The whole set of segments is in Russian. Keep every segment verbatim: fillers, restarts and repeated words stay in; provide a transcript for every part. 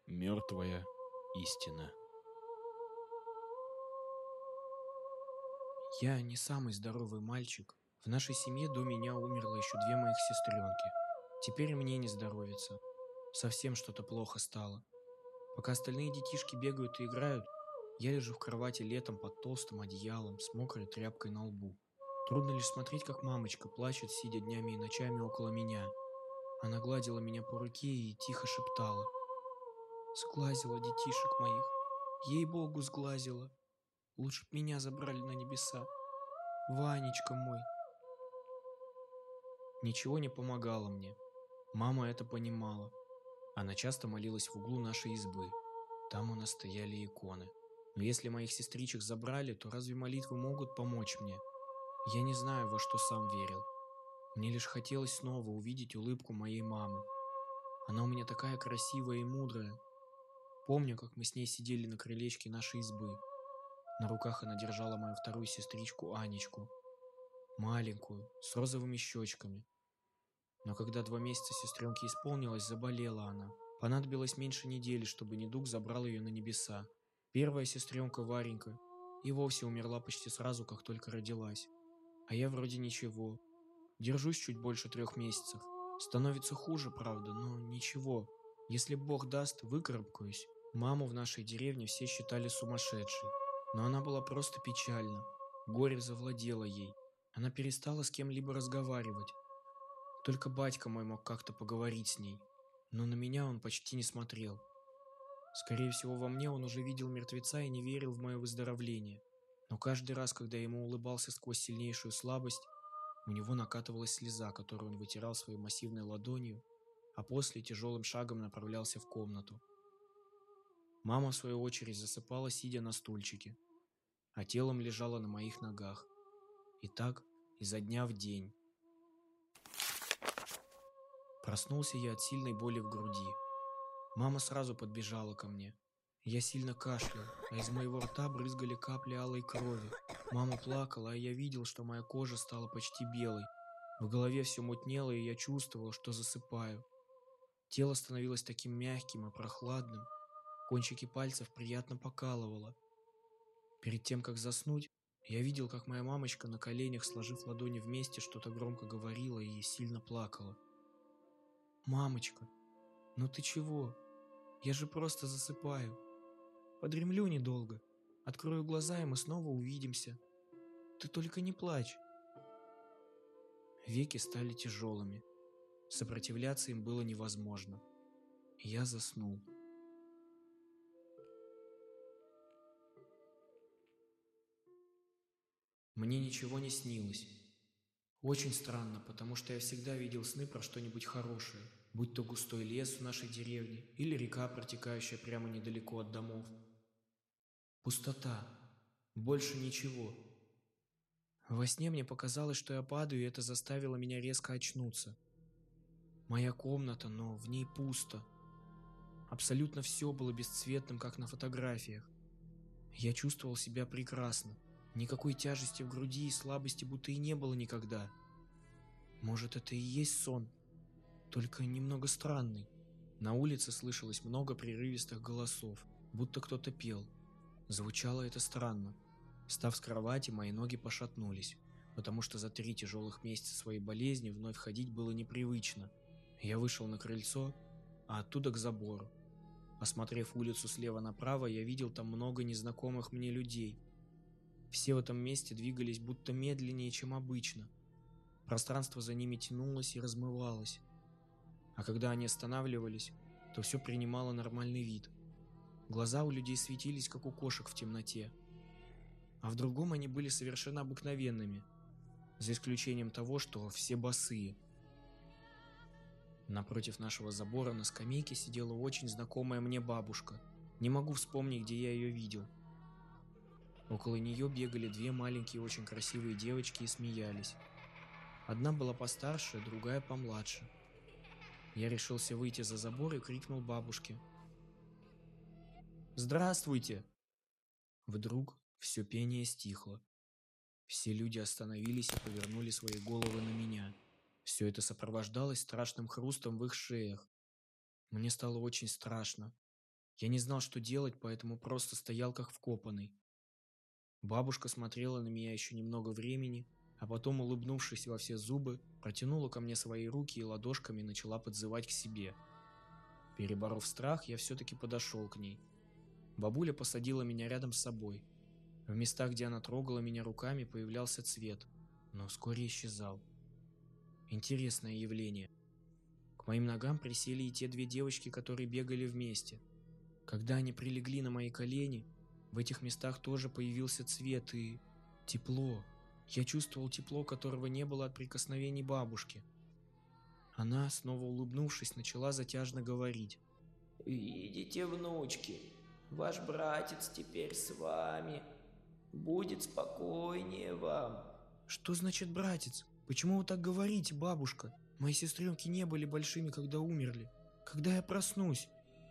Мертвая истина. Я не самый здоровый мальчик. В нашей семье до меня умерло еще две моих сестренки. Теперь мне не здоровится. Совсем что-то плохо стало. Пока остальные детишки бегают и играют, я лежу в кровати летом под толстым одеялом с мокрой тряпкой на лбу. Трудно лишь смотреть, как мамочка плачет, сидя днями и ночами около меня. Она гладила меня по руке и тихо шептала: «Сглазила детишек моих. Ей-богу, сглазила. Лучше б меня забрали на небеса. Ванечка мой». Ничего не помогало мне. Мама это понимала. Она часто молилась в углу нашей избы. Там у нас стояли иконы. Но если моих сестричек забрали, то разве молитвы могут помочь мне? Я не знаю, во что сам верил. Мне лишь хотелось снова увидеть улыбку моей мамы. Она у меня такая красивая и мудрая. Помню, как мы с ней сидели на крылечке нашей избы. На руках она держала мою вторую сестричку Анечку. Маленькую, с розовыми щечками. Но когда два месяца сестренке исполнилось, заболела она. Понадобилось меньше недели, чтобы недуг забрал ее на небеса. Первая сестренка Варенька и вовсе умерла почти сразу, как только родилась. А я вроде ничего. Держусь чуть больше трех месяцев. Становится хуже, правда, но ничего. Если Бог даст, выкарабкаюсь. Маму в нашей деревне все считали сумасшедшей. Но она была просто печальна. Горе завладело ей. Она перестала с кем-либо разговаривать. Только батька мой мог как-то поговорить с ней, но на меня он почти не смотрел. Скорее всего, во мне он уже видел мертвеца и не верил в мое выздоровление. Но каждый раз, когда я ему улыбался сквозь сильнейшую слабость, у него накатывалась слеза, которую он вытирал своей массивной ладонью, а после тяжелым шагом направлялся в комнату. Мама, в свою очередь, засыпала, сидя на стульчике, а телом лежала на моих ногах. И так изо дня в день. Проснулся я от сильной боли в груди. Мама сразу подбежала ко мне. Я сильно кашлял, а из моего рта брызгали капли алой крови. Мама плакала, а я видел, что моя кожа стала почти белой. В голове все мутнело, и я чувствовал, что засыпаю. Тело становилось таким мягким и прохладным. Кончики пальцев приятно покалывало. Перед тем, как заснуть, я видел, как моя мамочка на коленях, сложив ладони вместе, что-то громко говорила и сильно плакала. «Мамочка, ну ты чего? Я же просто засыпаю. Подремлю недолго. Открою глаза, и мы снова увидимся. Ты только не плачь». Веки стали тяжелыми. Сопротивляться им было невозможно. Я заснул. Мне ничего не снилось. Очень странно, потому что я всегда видел сны про что-нибудь хорошее, будь то густой лес в нашей деревне или река, протекающая прямо недалеко от домов. Пустота. Больше ничего. Во сне мне показалось, что я падаю, и это заставило меня резко очнуться. Моя комната, но в ней пусто. Абсолютно все было бесцветным, как на фотографиях. Я чувствовал себя прекрасно. Никакой тяжести в груди и слабости будто и не было никогда. Может, это и есть сон, только немного странный. На улице слышалось много прерывистых голосов, будто кто-то пел. Звучало это странно. Встав с кровати, мои ноги пошатнулись, потому что за три тяжелых месяца своей болезни вновь ходить было непривычно. Я вышел на крыльцо, а оттуда к забору. Осмотрев улицу слева направо, я видел там много незнакомых мне людей. Все в этом месте двигались будто медленнее, чем обычно. Пространство за ними тянулось и размывалось. А когда они останавливались, то все принимало нормальный вид. Глаза у людей светились, как у кошек в темноте. А в другом они были совершенно обыкновенными, за исключением того, что все босые. Напротив нашего забора на скамейке сидела очень знакомая мне бабушка. Не могу вспомнить, где я ее видел. Около нее бегали две маленькие очень красивые девочки и смеялись. Одна была постарше, другая помладше. Я решился выйти за забор и крикнул бабушке: «Здравствуйте!» Вдруг все пение стихло. Все люди остановились и повернули свои головы на меня. Все это сопровождалось страшным хрустом в их шеях. Мне стало очень страшно. Я не знал, что делать, поэтому просто стоял как вкопанный. Бабушка смотрела на меня еще немного времени, а потом, улыбнувшись во все зубы, протянула ко мне свои руки и ладошками начала подзывать к себе. Переборов страх, я все-таки подошел к ней. Бабуля посадила меня рядом с собой. В местах, где она трогала меня руками, появлялся цвет, но вскоре исчезал. Интересное явление. К моим ногам присели и те две девочки, которые бегали вместе. Когда они прилегли на мои колени, в этих местах тоже появился цвет и тепло. Я чувствовал тепло, которого не было от прикосновений бабушки. Она, снова улыбнувшись, начала затяжно говорить. «Видите, внучки, ваш братец теперь с вами. Будет спокойнее вам». «Что значит братец? Почему вы так говорите, бабушка? Мои сестренки не были большими, когда умерли. Когда я проснусь?»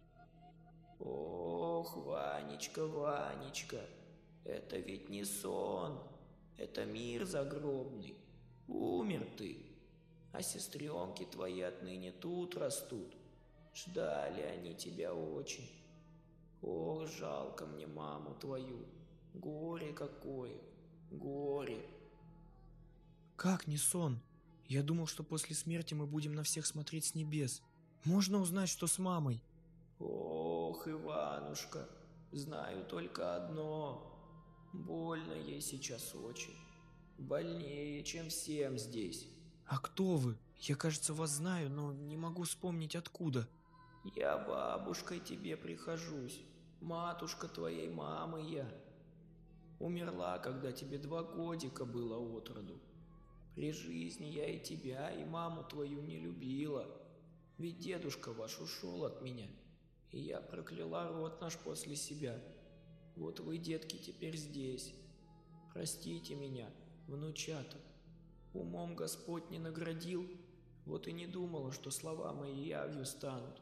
«Ох, Ванечка, Ванечка, это ведь не сон, это мир загробный. Умер ты, а сестренки твои отныне тут растут. Ждали они тебя очень. Ох, жалко мне маму твою, горе какое, горе». «Как не сон? Я думал, что после смерти мы будем на всех смотреть с небес. Можно узнать, что с мамой?» «Ох, Иванушка, знаю только одно. Больно ей сейчас очень. Больнее, чем всем здесь». «А кто вы? Я, кажется, вас знаю, но не могу вспомнить откуда». «Я бабушкой тебе прихожусь, матушка твоей мамы я. Умерла, когда тебе два годика было от роду. При жизни я и тебя, и маму твою не любила, ведь дедушка ваш ушел от меня, и я прокляла род наш после себя. Вот вы, детки, теперь здесь. Простите меня, внучата. Умом Господь не наградил, вот и не думала, что слова мои явью станут».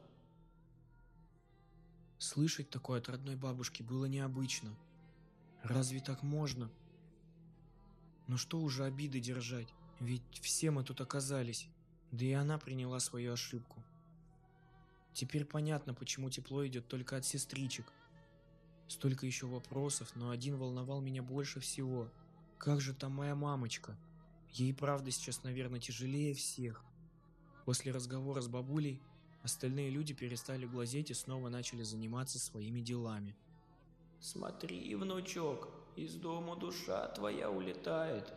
Слышать такое от родной бабушки было необычно. Разве так можно? Но что уже обиды держать, ведь все мы тут оказались, да и она приняла свою ошибку. Теперь понятно, почему тепло идет только от сестричек. Столько еще вопросов, но один волновал меня больше всего. Как же там моя мамочка? Ей правда сейчас, наверное, тяжелее всех. После разговора с бабулей остальные люди перестали глазеть и снова начали заниматься своими делами. «Смотри, внучок, из дому душа твоя улетает».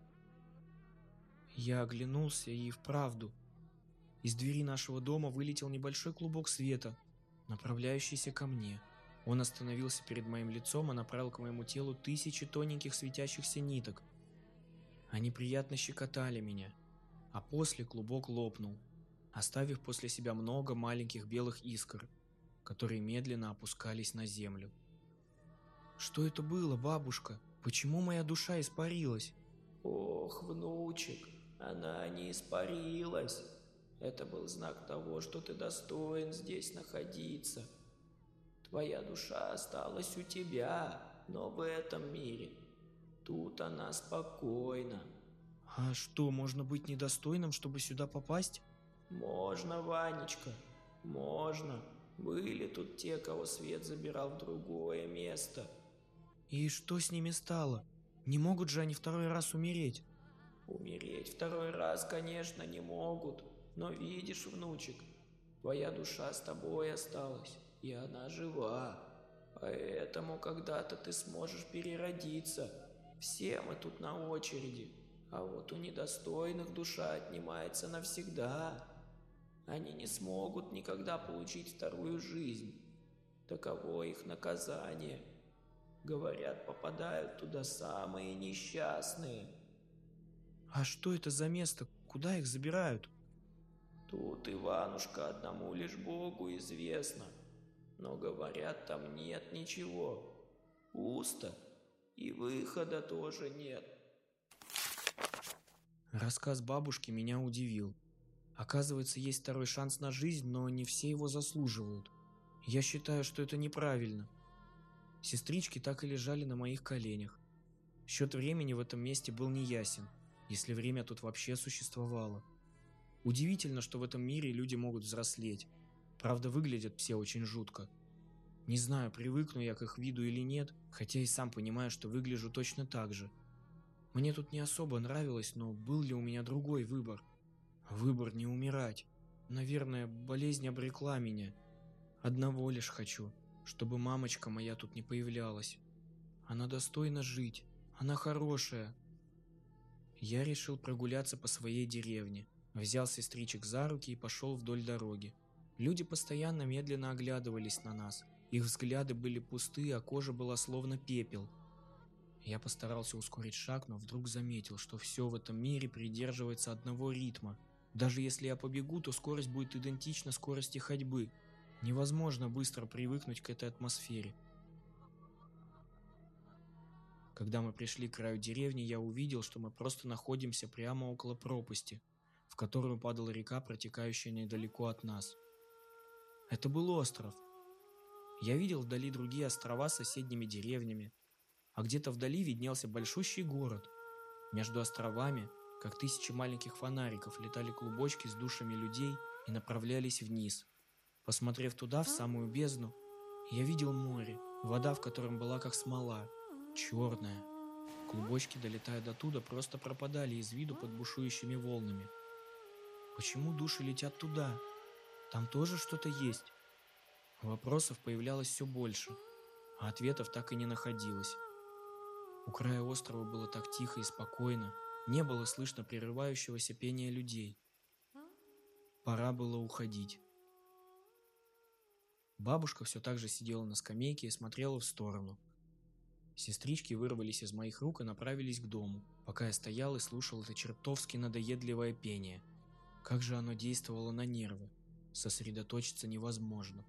Я оглянулся и вправду. Из двери нашего дома вылетел небольшой клубок света, направляющийся ко мне. Он остановился перед моим лицом и направил к моему телу тысячи тоненьких светящихся ниток. Они приятно щекотали меня, а после клубок лопнул, оставив после себя много маленьких белых искр, которые медленно опускались на землю. «Что это было, бабушка? Почему моя душа испарилась?» «Ох, внучек, она не испарилась. Это был знак того, что ты достоин здесь находиться. Твоя душа осталась у тебя, но в этом мире. Тут она спокойна». «А что, можно быть недостойным, чтобы сюда попасть?» «Можно, Ванечка, можно. Были тут те, кого свет забирал в другое место». «И что с ними стало? Не могут же они второй раз умереть?» «Умереть второй раз, конечно, не могут. Но видишь, внучек, твоя душа с тобой осталась, и она жива. Поэтому когда-то ты сможешь переродиться. Все мы тут на очереди, а вот у недостойных душа отнимается навсегда. Они не смогут никогда получить вторую жизнь. Таково их наказание. Говорят, попадают туда самые несчастные». «А что это за место? Куда их забирают?» «Тут, Иванушка, одному лишь Богу известно. Но говорят, там нет ничего. Пусто. И выхода тоже нет». Рассказ бабушки меня удивил. Оказывается, есть второй шанс на жизнь, но не все его заслуживают. Я считаю, что это неправильно. Сестрички так и лежали на моих коленях. Счет времени в этом месте был неясен, если время тут вообще существовало. Удивительно, что в этом мире люди могут взрослеть. Правда, выглядят все очень жутко. Не знаю, привыкну я к их виду или нет, хотя и сам понимаю, что выгляжу точно так же. Мне тут не особо нравилось, но был ли у меня другой выбор? Выбор не умирать. Наверное, болезнь обрекла меня. Одного лишь хочу, чтобы мамочка моя тут не появлялась. Она достойна жить. Она хорошая. Я решил прогуляться по своей деревне. Взял сестричек за руки и пошел вдоль дороги. Люди постоянно медленно оглядывались на нас. Их взгляды были пусты, а кожа была словно пепел. Я постарался ускорить шаг, но вдруг заметил, что все в этом мире придерживается одного ритма. Даже если я побегу, то скорость будет идентична скорости ходьбы. Невозможно быстро привыкнуть к этой атмосфере. Когда мы пришли к краю деревни, я увидел, что мы просто находимся прямо около пропасти, в которую падала река, протекающая недалеко от нас. Это был остров. Я видел вдали другие острова с соседними деревнями, а где-то вдали виднелся большущий город. Между островами, как тысячи маленьких фонариков, летали клубочки с душами людей и направлялись вниз. Посмотрев туда, в самую бездну, я видел море, вода в котором была как смола, черная. Клубочки, долетая до туда, просто пропадали из виду под бушующими волнами. Почему души летят туда? Там тоже что-то есть? Вопросов появлялось все больше, а ответов так и не находилось. У края острова было так тихо и спокойно, не было слышно прерывающегося пения людей. Пора было уходить. Бабушка все так же сидела на скамейке и смотрела в сторону. Сестрички вырвались из моих рук и направились к дому, пока я стоял и слушал это чертовски надоедливое пение. Как же оно действовало на нервы. Сосредоточиться невозможно.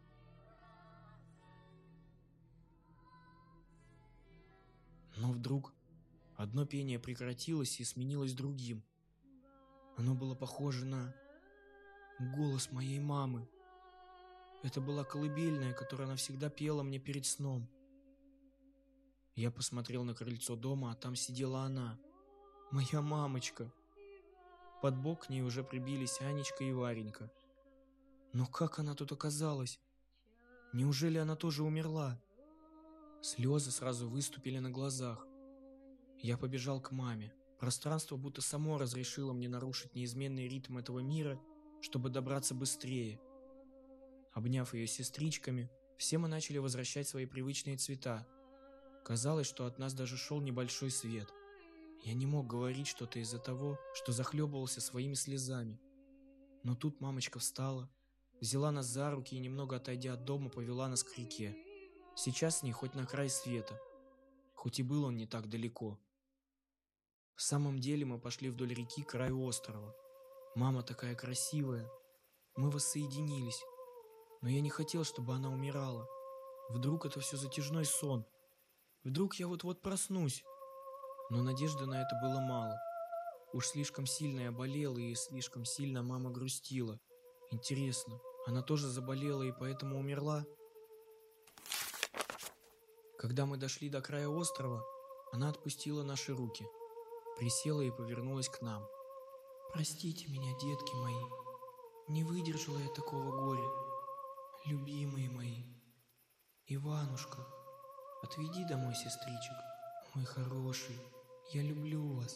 Но вдруг одно пение прекратилось и сменилось другим. Оно было похоже на голос моей мамы. Это была колыбельная, которую она всегда пела мне перед сном. Я посмотрел на крыльцо дома, а там сидела она, моя мамочка. Под бок к ней уже прибились Анечка и Варенька. Но как она тут оказалась? Неужели она тоже умерла? Слезы сразу выступили на глазах. Я побежал к маме. Пространство будто само разрешило мне нарушить неизменный ритм этого мира, чтобы добраться быстрее. Обняв ее сестричками, все мы начали возвращать свои привычные цвета. Казалось, что от нас даже шел небольшой свет. Я не мог говорить что-то из-за того, что захлебывался своими слезами. Но тут мамочка встала, взяла нас за руки и, немного отойдя от дома, повела нас к реке. Сейчас с ней хоть на край света, хоть и был он не так далеко. В самом деле мы пошли вдоль реки к краю острова. Мама такая красивая. Мы воссоединились. Но я не хотел, чтобы она умирала. Вдруг это все затяжной сон. Вдруг я вот-вот проснусь. Но надежды на это было мало. Уж слишком сильно я болел, и слишком сильно мама грустила. Интересно, она тоже заболела и поэтому умерла? Когда мы дошли до края острова, она отпустила наши руки, присела и повернулась к нам. «Простите меня, детки мои, не выдержала я такого горя. Любимые мои, Иванушка, отведи домой сестричек, мой хороший, я люблю вас».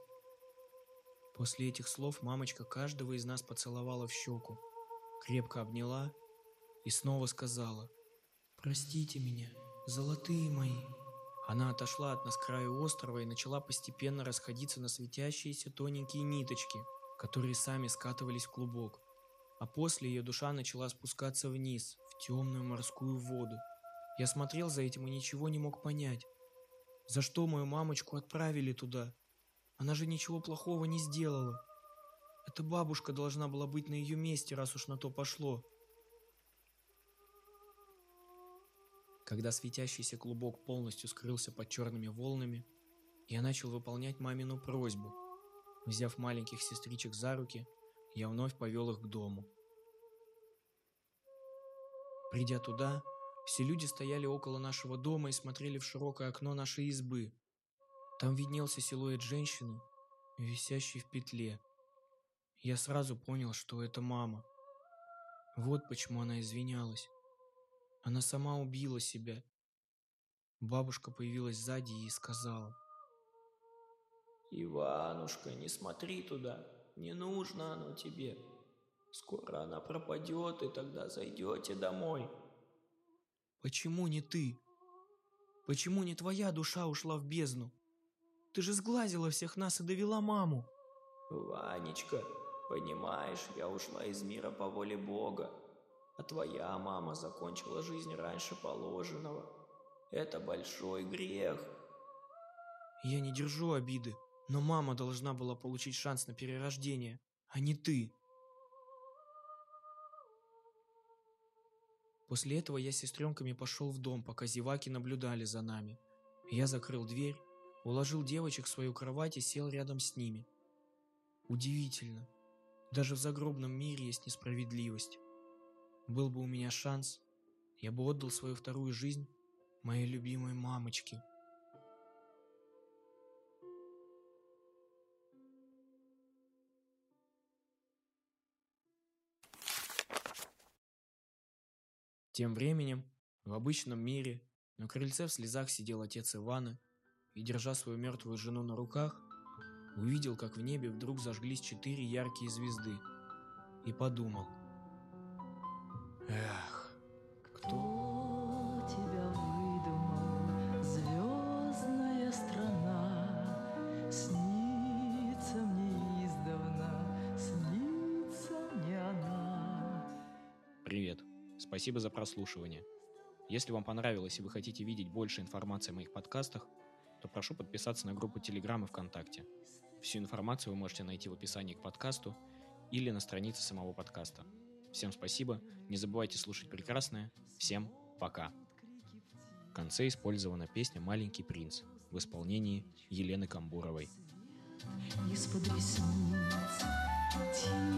После этих слов мамочка каждого из нас поцеловала в щеку, крепко обняла и снова сказала: «Простите меня, золотые мои». Она отошла от нас к краю острова и начала постепенно расходиться на светящиеся тоненькие ниточки, которые сами скатывались в клубок. А после ее душа начала спускаться вниз, в темную морскую воду. Я смотрел за этим и ничего не мог понять. За что мою мамочку отправили туда? Она же ничего плохого не сделала. Эта бабушка должна была быть на ее месте, раз уж на то пошло. Когда светящийся клубок полностью скрылся под черными волнами, я начал выполнять мамину просьбу. Взяв маленьких сестричек за руки, я вновь повел их к дому. Придя туда, все люди стояли около нашего дома и смотрели в широкое окно нашей избы. Там виднелся силуэт женщины, висящей в петле. Я сразу понял, что это мама. Вот почему она извинялась. Она сама убила себя. Бабушка появилась сзади и сказала: «Иванушка, не смотри туда, не нужно оно тебе. Скоро она пропадет, и тогда зайдете домой». «Почему не ты? Почему не твоя душа ушла в бездну? Ты же сглазила всех нас и довела маму». «Ванечка, понимаешь, я ушла из мира по воле Бога, а твоя мама закончила жизнь раньше положенного. Это большой грех». Я не держу обиды, но мама должна была получить шанс на перерождение, а не ты. После этого я с сестренками пошел в дом, пока зеваки наблюдали за нами. Я закрыл дверь, уложил девочек в свою кровать и сел рядом с ними. Удивительно, даже в загробном мире есть несправедливость. Был бы у меня шанс, я бы отдал свою вторую жизнь моей любимой мамочке. Тем временем, в обычном мире, на крыльце в слезах сидел отец Ивана и, держа свою мертвую жену на руках, увидел, как в небе вдруг зажглись четыре яркие звезды, и подумал: «Эх, кто...» Кто тебя выдумал, звездная страна? Снится мне издавна, снится мне она. Привет, спасибо за прослушивание. Если вам понравилось и вы хотите видеть больше информации о моих подкастах, то прошу подписаться на группу Telegram и ВКонтакте. Всю информацию вы можете найти в описании к подкасту или на странице самого подкаста. Всем спасибо, не забывайте слушать прекрасное. Всем пока. В конце использована песня «Маленький принц» в исполнении Елены Камбуровой. Из-под ресниц